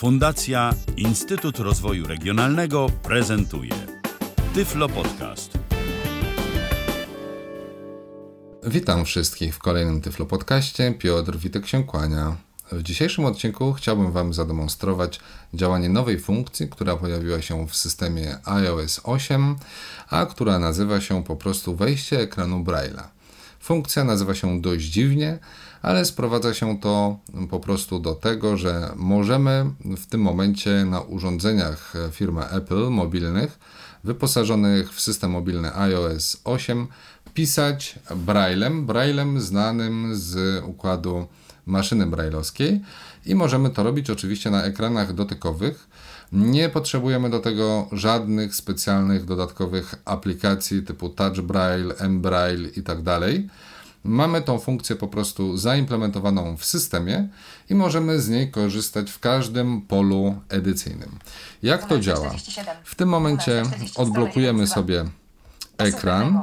Fundacja Instytut Rozwoju Regionalnego prezentuje Tyflo Podcast. Witam wszystkich w kolejnym Tyflo Podcaście. Piotr Witek się kłania. W dzisiejszym odcinku chciałbym Wam zademonstrować działanie nowej funkcji, która pojawiła się w systemie iOS 8, a która nazywa się po prostu wejście ekranu Braille'a. Funkcja nazywa się dość dziwnie, ale sprowadza się to po prostu do tego, że możemy w tym momencie na urządzeniach firmy Apple mobilnych wyposażonych w system mobilny iOS 8 pisać Braillem znanym z układu maszyny braille'owskiej i możemy to robić oczywiście na ekranach dotykowych. Nie potrzebujemy do tego żadnych specjalnych dodatkowych aplikacji typu Touch Braille, mBraille itd. Mamy tą funkcję po prostu zaimplementowaną w systemie i możemy z niej korzystać w każdym polu edycyjnym. Jak to działa? W tym momencie odblokujemy sobie ekran.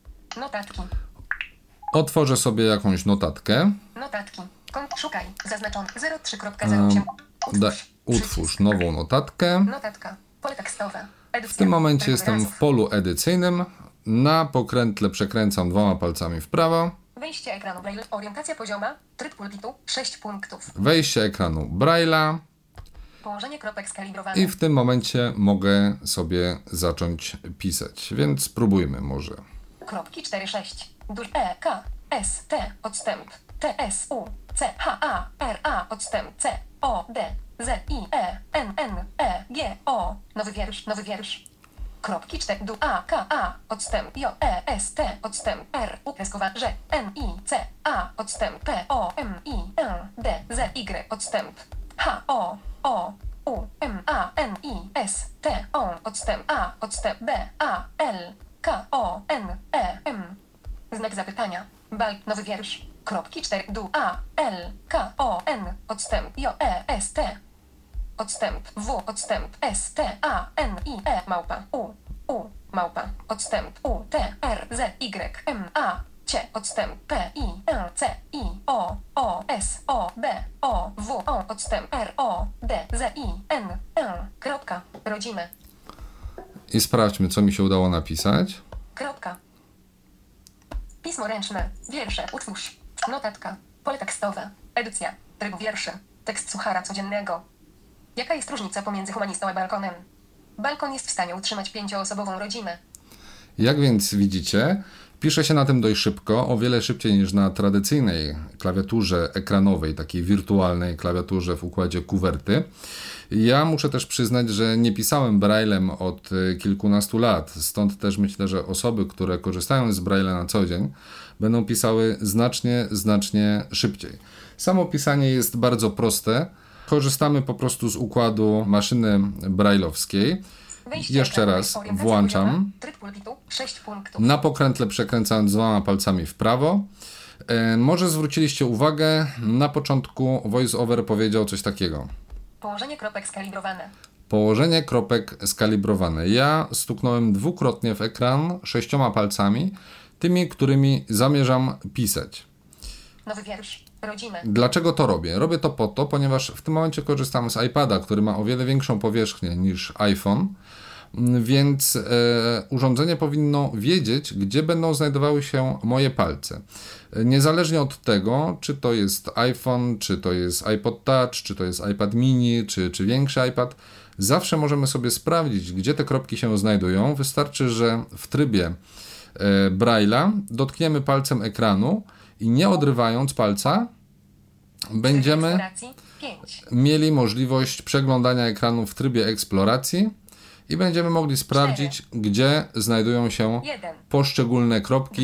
Otworzę sobie jakąś notatkę. Notatki. Szukaj. Zaznaczony 03.08. Utwórz nową notatkę. Notatka. Pole tekstowe. Edycja. W tym momencie jestem w polu edycyjnym. Na pokrętle przekręcam dwoma palcami w prawo. Wejście ekranu Braille. Orientacja pozioma. Tryb pulpitu. 6 punktów. Wejście ekranu Braille'a. Położenie kropek skalibrowane. I w tym momencie mogę sobie zacząć pisać. Więc spróbujmy może. Kropki 4-6. Duż E, K, S, T, odstęp. T, S, U, C, H, A, R, A, odstęp. C, O, D, Z, I, E, N, N, E, G, O. Nowy wiersz. Kropki 4, du, A, K, A, odstęp. J, E, S, T, odstęp. R, U, kreskowa, Ż, N, I, C, A, odstęp. P, O, M, I, N, D, Z, Y, odstęp. H, O, U, M, A, N, I, S, T, O, odstęp. A, odstęp. B, A, L, K, O, N, E, M. Znak zapytania. Nowy wiersz. Kropki 4, du, A, L, K, O, N, odstęp. J, E, S, T. Odstęp. W, odstęp. S, T, A, N, I, E, małpa. Małpa. Odstęp. U, T, R, Z, Y, M, A, C, odstęp. P, I, N, C, I, O, S, O, B, O, W, O, odstęp. R, O, D, Z, I, N, kropka. Rodzimy. I sprawdźmy, co mi się udało napisać. Kropka. Pismo ręczne. Wiersze. Utwórz. Notatka. Pole tekstowe. Edycja. Tryb wierszy. Tekst suchara codziennego. Jaka jest różnica pomiędzy humanistą a balkonem? Balkon jest w stanie utrzymać 5-osobową rodzinę. Jak więc widzicie, pisze się na tym dość szybko, o wiele szybciej niż na tradycyjnej klawiaturze ekranowej, takiej wirtualnej klawiaturze w układzie kuwerty. Ja muszę też przyznać, że nie pisałem Braillem od kilkunastu lat, stąd też myślę, że osoby, które korzystają z Braille'a na co dzień, będą pisały znacznie szybciej. Samo pisanie jest bardzo proste. Korzystamy po prostu z układu maszyny braille'owskiej. Jeszcze raz włączam. Na pokrętle przekręcam dwoma palcami w prawo. Może zwróciliście uwagę, na początku VoiceOver powiedział coś takiego. Położenie kropek skalibrowane. Położenie kropek skalibrowane. Ja stuknąłem dwukrotnie w ekran 6 palcami, tymi, którymi zamierzam pisać. Nowy wiersz. Rodzimy. Dlaczego to robię? Robię to po to, ponieważ w tym momencie korzystam z iPada, który ma o wiele większą powierzchnię niż iPhone, więc urządzenie powinno wiedzieć, gdzie będą znajdowały się moje palce. Niezależnie od tego, czy to jest iPhone, czy to jest iPod Touch, czy to jest iPad mini, czy większy iPad, zawsze możemy sobie sprawdzić, gdzie te kropki się znajdują. Wystarczy, że w trybie Braille'a dotkniemy palcem ekranu i nie odrywając palca, będziemy mieli możliwość przeglądania ekranu w trybie eksploracji i będziemy mogli sprawdzić, gdzie znajdują się poszczególne kropki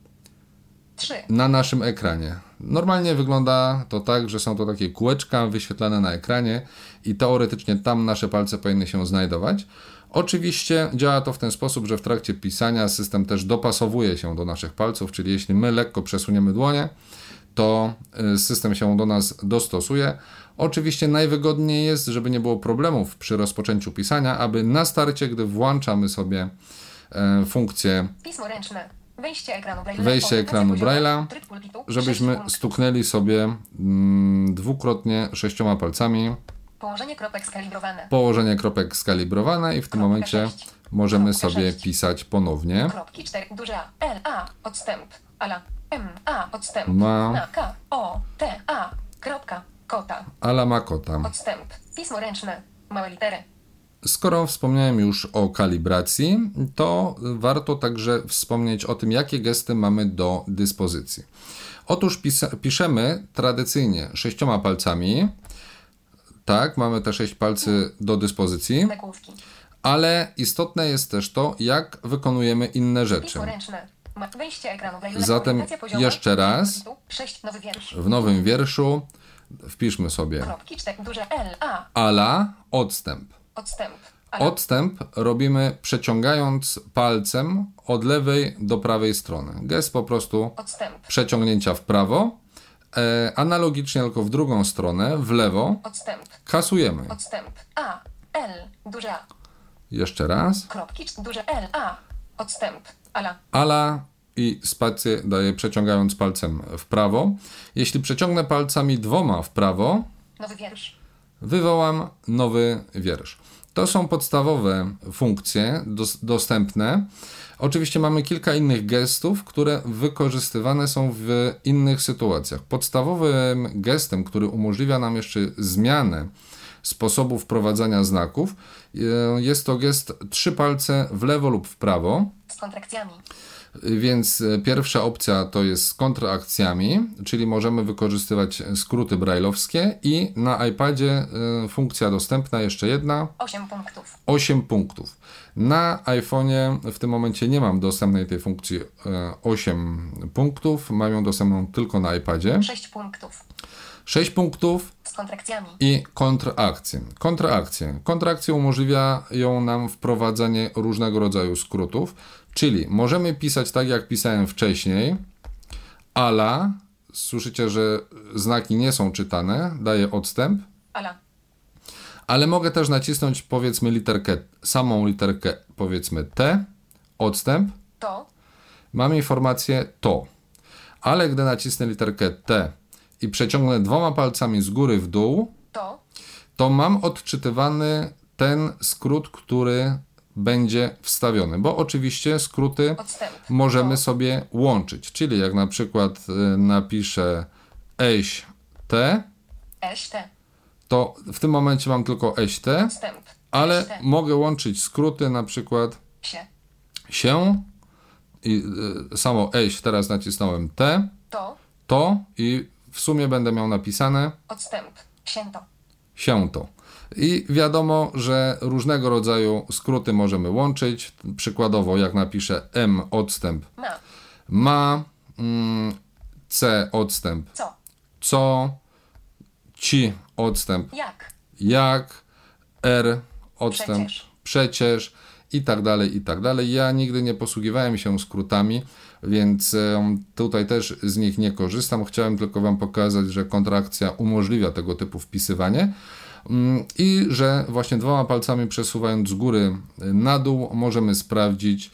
na naszym ekranie. Normalnie wygląda to tak, że są to takie kółeczka wyświetlane na ekranie i teoretycznie tam nasze palce powinny się znajdować. Oczywiście działa to w ten sposób, że w trakcie pisania system też dopasowuje się do naszych palców, czyli jeśli my lekko przesuniemy dłonie, to system się do nas dostosuje. Oczywiście najwygodniej jest, żeby nie było problemów przy rozpoczęciu pisania, aby na starcie, gdy włączamy sobie funkcję pismo ręczne. Wejście ekranu Braille'a, żebyśmy stuknęli sobie dwukrotnie 6 palcami Położenie kropek skalibrowane. Położenie kropek skalibrowane i w tym Kropka momencie 6. możemy Kropka sobie 6. pisać ponownie. Kropki 4, duże A, L, A, odstęp, ala, M, A, odstęp, Ma. na, K, O, T, A, kropka, kota, Ala ma kota. odstęp, pismo ręczne, małe litery. Skoro wspomniałem już o kalibracji, to warto także wspomnieć o tym, jakie gesty mamy do dyspozycji. Otóż piszemy tradycyjnie 6 palcami. Tak, mamy te 6 palcy do dyspozycji, Nagłówki, ale istotne jest też to, jak wykonujemy inne rzeczy. pismo ręczne, wejście ekranu, braille'owa, Zatem orientacja poziomu, jeszcze raz. 6, nowy wiersz, W nowym wierszu wpiszmy sobie kropki 4, duże L, A, ala, odstęp. odstęp, ala, Odstęp robimy przeciągając palcem od lewej do prawej strony. Gest po prostu odstęp, przeciągnięcia w prawo, analogicznie tylko w drugą stronę, w lewo, odstęp, kasujemy. odstęp, A, L, duże A, Jeszcze raz. kropki, duże L, A, odstęp, ala, Ala i spację daję przeciągając palcem w prawo. Jeśli przeciągnę palcami 2 w prawo, nowy wiersz, wywołam nowy wiersz. To są podstawowe funkcje dostępne. Oczywiście mamy kilka innych gestów, które wykorzystywane są w innych sytuacjach. Podstawowym gestem, który umożliwia nam jeszcze zmianę sposobu wprowadzania znaków, jest to gest 3 palce w lewo lub w prawo. z kontrakcjami, Więc pierwsza opcja to jest z kontrakcjami, czyli możemy wykorzystywać skróty brajlowskie i na iPadzie funkcja dostępna jeszcze jedna, 8 punktów, 8 punktów. Na iPhone'ie w tym momencie nie mam dostępnej tej funkcji 8 punktów, mam ją dostępną tylko na iPadzie. 6 punktów, 6 punktów z kontrakcjami, i kontrakcje. Kontrakcje umożliwiają nam wprowadzanie różnego rodzaju skrótów, czyli możemy pisać tak, jak pisałem wcześniej, ala, słyszycie, że znaki nie są czytane, daję odstęp, ala, ale mogę też nacisnąć powiedzmy samą literkę powiedzmy T, odstęp, to, mam informację to, ale gdy nacisnę literkę T i przeciągnę 2 palcami z góry w dół, to mam odczytywany ten skrót, który będzie wstawiony, bo oczywiście skróty odstęp, możemy sobie łączyć, czyli jak na przykład napiszę eś T, ST, to w tym momencie mam eś T, odstęp, ale ST, mogę łączyć skróty, na przykład się i samo eś, teraz nacisnąłem T, to i w sumie będę miał napisane odstęp, się to. I wiadomo, że różnego rodzaju skróty możemy łączyć. Przykładowo, jak napiszę M odstęp ma, C odstęp co, ci odstęp jak, R odstęp przecież i tak dalej, i tak dalej. Ja nigdy nie posługiwałem się skrótami, więc tutaj też z nich nie korzystam. Chciałem tylko Wam pokazać, że kontrakcja umożliwia tego typu wpisywanie i że właśnie 2 palcami przesuwając z góry na dół możemy sprawdzić,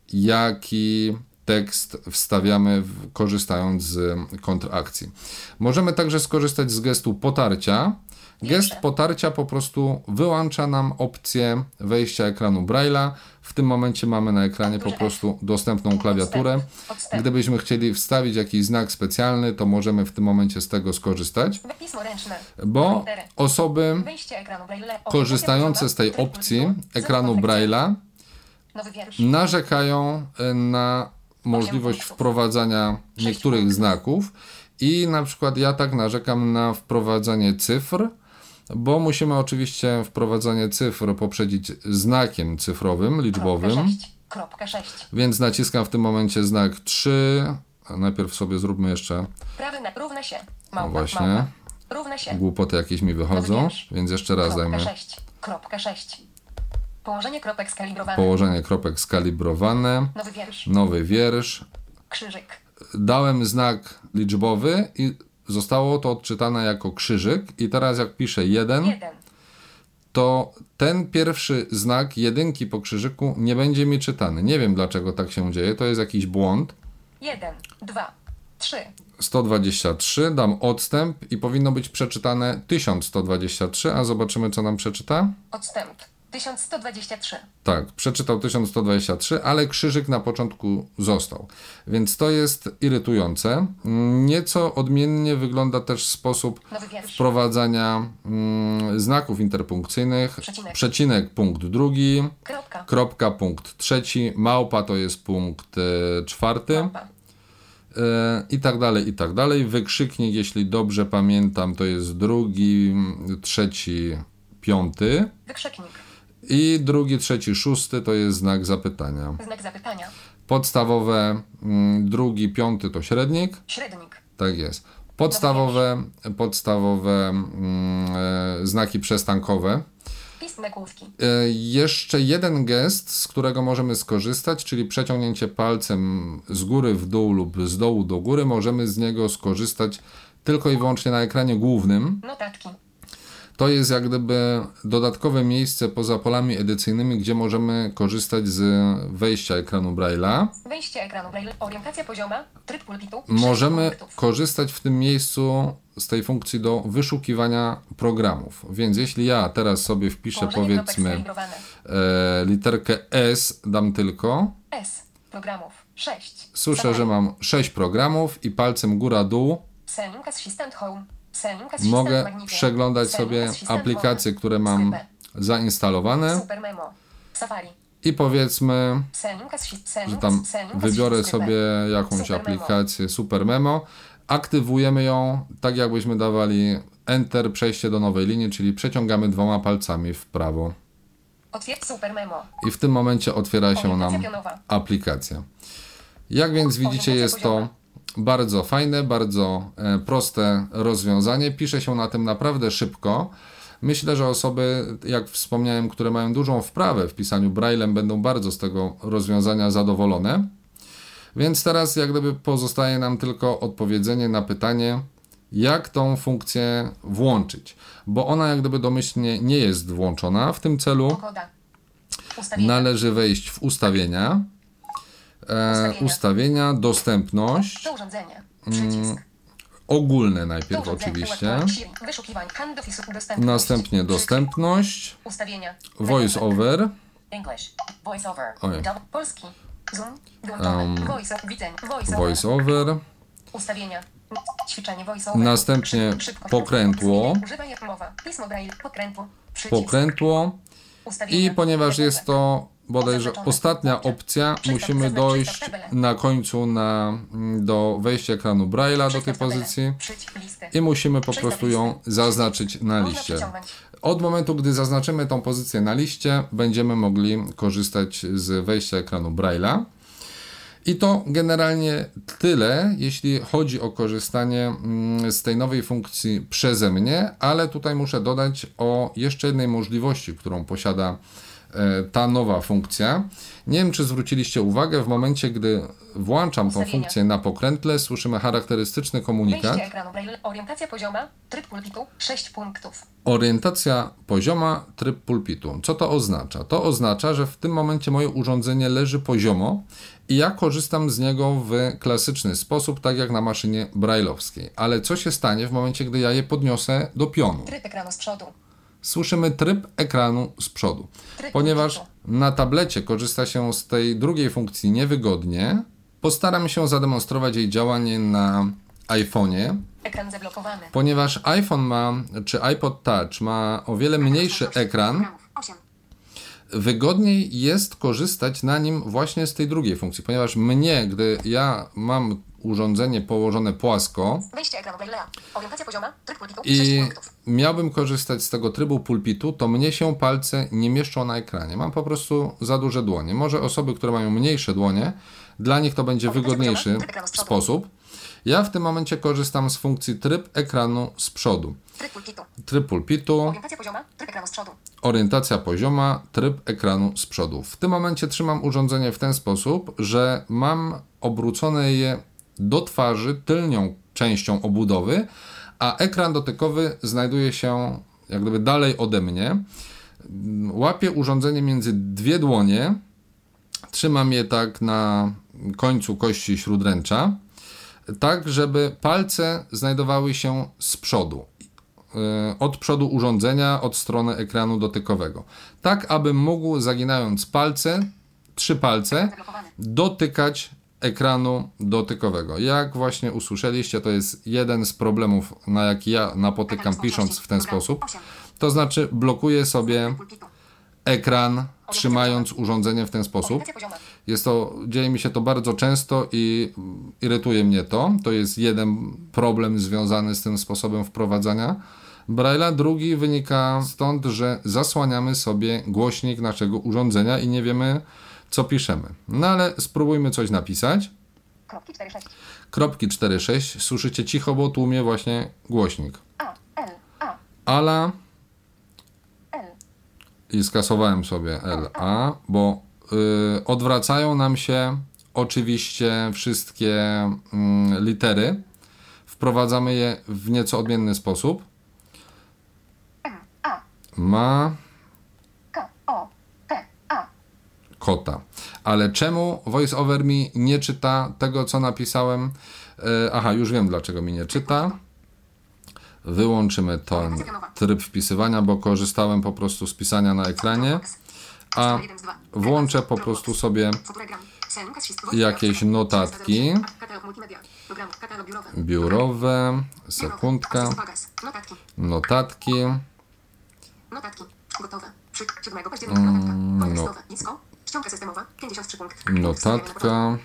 jaki tekst wstawiamy korzystając z kontrakcji. Możemy także skorzystać z gestu potarcia. Gest potarcia po prostu wyłącza nam opcję wejścia ekranu Braille'a. W tym momencie mamy na ekranie po prostu dostępną klawiaturę. Gdybyśmy chcieli wstawić jakiś znak specjalny, to możemy w tym momencie z tego skorzystać, bo osoby korzystające z tej opcji ekranu Braille'a narzekają na możliwość wprowadzania niektórych znaków i na przykład ja tak narzekam na wprowadzanie cyfr, bo musimy oczywiście wprowadzanie cyfr poprzedzić znakiem cyfrowym, liczbowym, więc naciskam w tym momencie znak 3, najpierw sobie zróbmy jeszcze, no właśnie, głupoty jakieś mi wychodzą, więc jeszcze raz dajmy położenie kropek skalibrowane, nowy wiersz, krzyżyk, dałem znak liczbowy i zostało to odczytane jako krzyżyk i teraz jak piszę 1, to ten pierwszy znak jedynki po krzyżyku nie będzie mi czytany. Nie wiem dlaczego tak się dzieje, to jest jakiś błąd. 1, 2, 3. 123, dam odstęp i powinno być przeczytane 1123, a zobaczymy, co nam przeczyta. Odstęp 1123. Tak, przeczytał 1123, ale krzyżyk na początku został. Więc to jest irytujące. Nieco odmiennie wygląda też sposób Nowy wiersz. wprowadzania znaków interpunkcyjnych. Przecinek punkt drugi, Kropka. kropka punkt trzeci, małpa to jest punkt czwarty. Małpa. I tak dalej, i tak dalej. Wykrzyknik, jeśli dobrze pamiętam, to jest drugi, trzeci, piąty. Wykrzyknik. I drugi, trzeci, szósty to jest znak zapytania. Znak zapytania. Podstawowe, Drugi, piąty to średnik. Średnik. Tak jest. Podstawowe znaki przestankowe. Pism nagłówki. Jeszcze jeden gest, z którego możemy skorzystać, czyli przeciągnięcie palcem z góry w dół lub z dołu do góry. Możemy z niego skorzystać tylko i wyłącznie na ekranie głównym. Notatki. To jest jak gdyby dodatkowe miejsce poza polami edycyjnymi, gdzie możemy korzystać z wejścia ekranu Braille'a. Wejście ekranu Braille. Orientacja pozioma. Tryb pulpitu. Możemy 6 punktów. korzystać w tym miejscu z tej funkcji do wyszukiwania programów. Więc jeśli ja teraz sobie wpiszę Położenie kropek powiedzmy skalibrowane. literkę S, dam tylko, S. Programów. 6. słyszę, że mam 6 programów i palcem góra-dół Selling Assistant Home. Selling Assistant mogę Magnify. przeglądać Selling sobie Assistant aplikacje, Home. które mam Skype. zainstalowane Super Memo. Safari. i powiedzmy, Selling że tam wybiorę sobie jakąś Super Memo. aplikację Super Memo, aktywujemy ją, tak jakbyśmy dawali Enter, przejście do nowej linii, czyli przeciągamy 2 palcami w prawo. Super Memo. I w tym momencie otwiera się nam Orientacja pionowa. aplikacja. Jak więc widzicie, jest to bardzo fajne, bardzo proste rozwiązanie. Pisze się na tym naprawdę szybko. Myślę, że osoby, jak wspomniałem, które mają dużą wprawę w pisaniu Braillem, będą bardzo z tego rozwiązania zadowolone. Więc teraz jak gdyby pozostaje nam tylko odpowiedzenie na pytanie, jak tą funkcję włączyć. Bo ona jak gdyby domyślnie nie jest włączona. W tym celu Pogoda. Ustawienia. należy wejść w ustawienia, dostępność, Do urządzenia. Przycisk. ogólne Do najpierw urządzenia. oczywiście, Ułatwianie Siri. Wyszukiwanie. Handoff. Dostępność. następnie Przycisk. dostępność, Ustawienia. voice over, English. Voice over. Oj. Polski. Zoom. Włączone. Voice. Widzeń. voice over, Ustawienia. Ćwiczenie voice over. następnie Szybkość. pokrętło, Używaj mowa. Pismo Braille. Pokrętło. Przycisk. pokrętło Ustawienia. i ponieważ jest to bodajże ostatnia opcja, musimy dojść na końcu do wejścia ekranu Braille'a do tej pozycji i musimy po prostu ją zaznaczyć na liście. Od momentu, gdy zaznaczymy tą pozycję na liście, będziemy mogli korzystać z wejścia ekranu Braille'a. I to generalnie tyle, jeśli chodzi o korzystanie z tej nowej funkcji przeze mnie, ale tutaj muszę dodać o jeszcze jednej możliwości, którą posiada ta nowa funkcja. Nie wiem, czy zwróciliście uwagę, w momencie, gdy włączam tą funkcję na pokrętle, słyszymy charakterystyczny komunikat. Wejście ekranu Braille. Orientacja pozioma. Tryb pulpitu. 6 punktów. Orientacja pozioma, tryb pulpitu. Co to oznacza? To oznacza, że w tym momencie moje urządzenie leży poziomo i ja korzystam z niego w klasyczny sposób, tak jak na maszynie brailleowskiej. Ale co się stanie w momencie, gdy ja je podniosę do pionu? Tryb ekranu z przodu. Słyszymy tryb ekranu z przodu. Ponieważ na tablecie korzysta się z tej drugiej funkcji niewygodnie, postaram się zademonstrować jej działanie na iPhone'ie. Ekran zablokowany. Ponieważ iPhone czy iPod Touch ma o wiele mniejszy ekran, 8. wygodniej jest korzystać na nim właśnie z tej drugiej funkcji, ponieważ gdy ja mam urządzenie położone płasko Wejście ekranu Braille'a. Orientacja pozioma. Tryb pulpitu. 6 i punktów. miałbym korzystać z tego trybu pulpitu, to mnie się palce nie mieszczą na ekranie. Mam po prostu za duże dłonie. Może osoby, które mają mniejsze dłonie, dla nich to będzie wygodniejszy sposób. Ja w tym momencie korzystam z funkcji tryb ekranu z przodu. Tryb pulpitu. Tryb pulpitu, Orientacja pozioma. Tryb ekranu z przodu. orientacja pozioma, tryb ekranu z przodu. W tym momencie trzymam urządzenie w ten sposób, że mam obrócone je do twarzy tylnią częścią obudowy, a ekran dotykowy znajduje się jak gdyby dalej ode mnie. Łapię urządzenie między 2 dłonie, trzymam je tak na końcu kości śródręcza. tak żeby palce znajdowały się z przodu. Od przodu urządzenia, od strony ekranu dotykowego. Tak, abym mógł, zaginając palce, 3 palce, dotykać ekranu dotykowego. Jak właśnie usłyszeliście, to jest jeden z problemów, na jaki ja napotykam pisząc w ten sposób. To znaczy blokuję sobie ekran, trzymając urządzenie w ten sposób. Dzieje mi się to bardzo często i irytuje mnie to. To jest jeden problem związany z tym sposobem wprowadzania Braille'a. Drugi wynika stąd, że zasłaniamy sobie głośnik naszego urządzenia i nie wiemy, co piszemy. No ale spróbujmy coś napisać. Kropki 4,6. Kropki 4,6. Słyszycie cicho, bo tłumie właśnie głośnik. A, L, A, Ala L. i skasowałem sobie LA, bo odwracają nam się oczywiście wszystkie litery. Wprowadzamy je w nieco odmienny sposób. A. Ma K, O, T, A. kota. Ale czemu VoiceOver mi nie czyta tego, co napisałem? Aha, już wiem, dlaczego mi nie czyta. Wyłączymy ten tryb wpisywania, bo korzystałem po prostu z pisania na ekranie, a włączę po prostu sobie jakieś notatki biurowe, sekundka, notatki, notatka,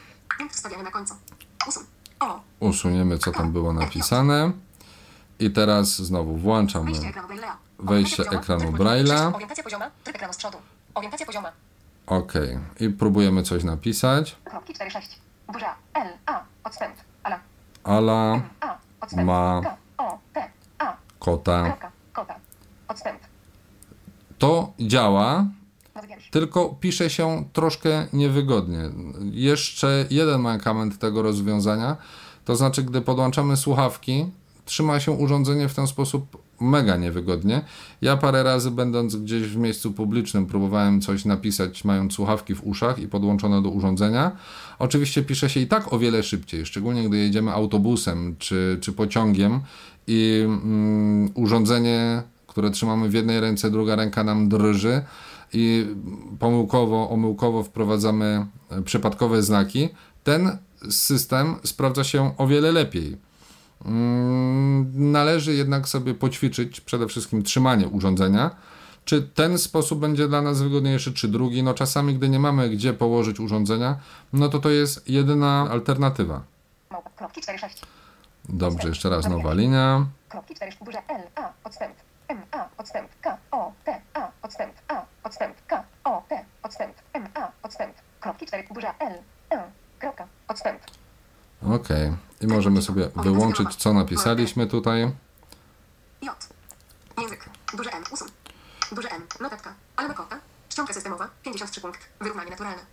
usuniemy, co tam było napisane. I teraz znowu włączamy wejście ekranu Braille'a. Orientacja pozioma, tryb ekranu z przodu. Orientacja pozioma. OK. I próbujemy coś napisać. Kropki 4,6. Duże L, A, odstęp, ala. Ala A, odstęp, ma K, O, T, A, kota. kropka, kota, odstęp. To działa, Nowy wiersz. tylko pisze się troszkę niewygodnie. Jeszcze jeden mankament tego rozwiązania, to znaczy, gdy podłączamy słuchawki, trzyma się urządzenie w ten sposób mega niewygodnie. Ja parę razy, będąc gdzieś w miejscu publicznym, próbowałem coś napisać, mając słuchawki w uszach i podłączone do urządzenia. Oczywiście pisze się i tak o wiele szybciej, szczególnie gdy jedziemy autobusem czy pociągiem i urządzenie, które trzymamy w jednej ręce, druga ręka nam drży i omyłkowo wprowadzamy przypadkowe znaki. Ten system sprawdza się o wiele lepiej. Należy jednak sobie poćwiczyć przede wszystkim trzymanie urządzenia. Czy ten sposób będzie dla nas wygodniejszy, czy drugi? No czasami, gdy nie mamy gdzie położyć urządzenia, no to jest jedyna alternatywa. Kropki 4,6. Dobrze, jeszcze raz nowa linia. Kropki 4, duże L, A, odstęp, M, A, odstęp, K, O, T, A, odstęp, A, odstęp, K, O, T, odstęp, M, A, odstęp. Kropki 4, duże L, E, kropka, odstęp. OK. I możemy sobie wyłączyć, co napisaliśmy tutaj. J. Język. Duże M. Usuń. Duże M. Notatka. Albo kota. Ściąga systemowa. 53 punkt. Wyrównanie naturalne.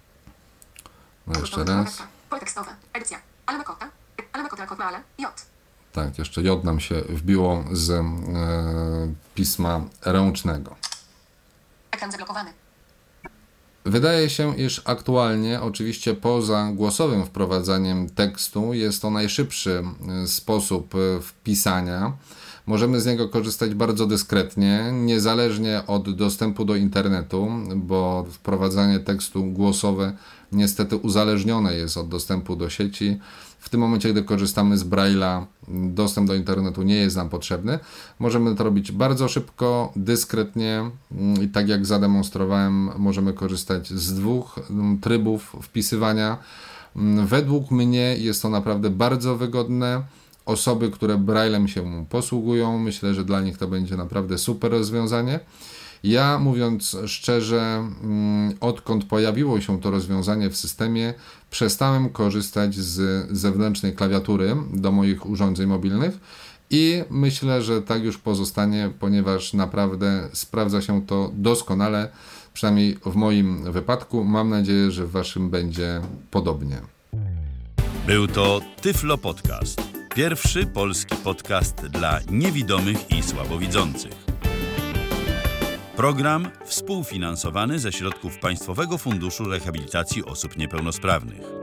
No jeszcze raz. Pole tekstowe. Edycja. Albo kota. Albo kota, kot ma ale. J. Tak, jeszcze J nam się wbiło z pisma ręcznego. Ekran zablokowany. Wydaje się, iż aktualnie, oczywiście poza głosowym wprowadzaniem tekstu, jest to najszybszy sposób wpisania. Możemy z niego korzystać bardzo dyskretnie, niezależnie od dostępu do internetu, bo wprowadzanie tekstu głosowe niestety uzależnione jest od dostępu do sieci. W tym momencie, gdy korzystamy z Braille'a, dostęp do internetu nie jest nam potrzebny. Możemy to robić bardzo szybko, dyskretnie i tak jak zademonstrowałem, możemy korzystać z 2 trybów wpisywania. Według mnie jest to naprawdę bardzo wygodne. Osoby, które Braille'em się posługują, myślę, że dla nich to będzie naprawdę super rozwiązanie. Ja, mówiąc szczerze, odkąd pojawiło się to rozwiązanie w systemie, przestałem korzystać z zewnętrznej klawiatury do moich urządzeń mobilnych i myślę, że tak już pozostanie, ponieważ naprawdę sprawdza się to doskonale, przynajmniej w moim wypadku. Mam nadzieję, że w waszym będzie podobnie. Był to Tyflo Podcast. Pierwszy polski podcast dla niewidomych i słabowidzących. Program współfinansowany ze środków Państwowego Funduszu Rehabilitacji Osób Niepełnosprawnych.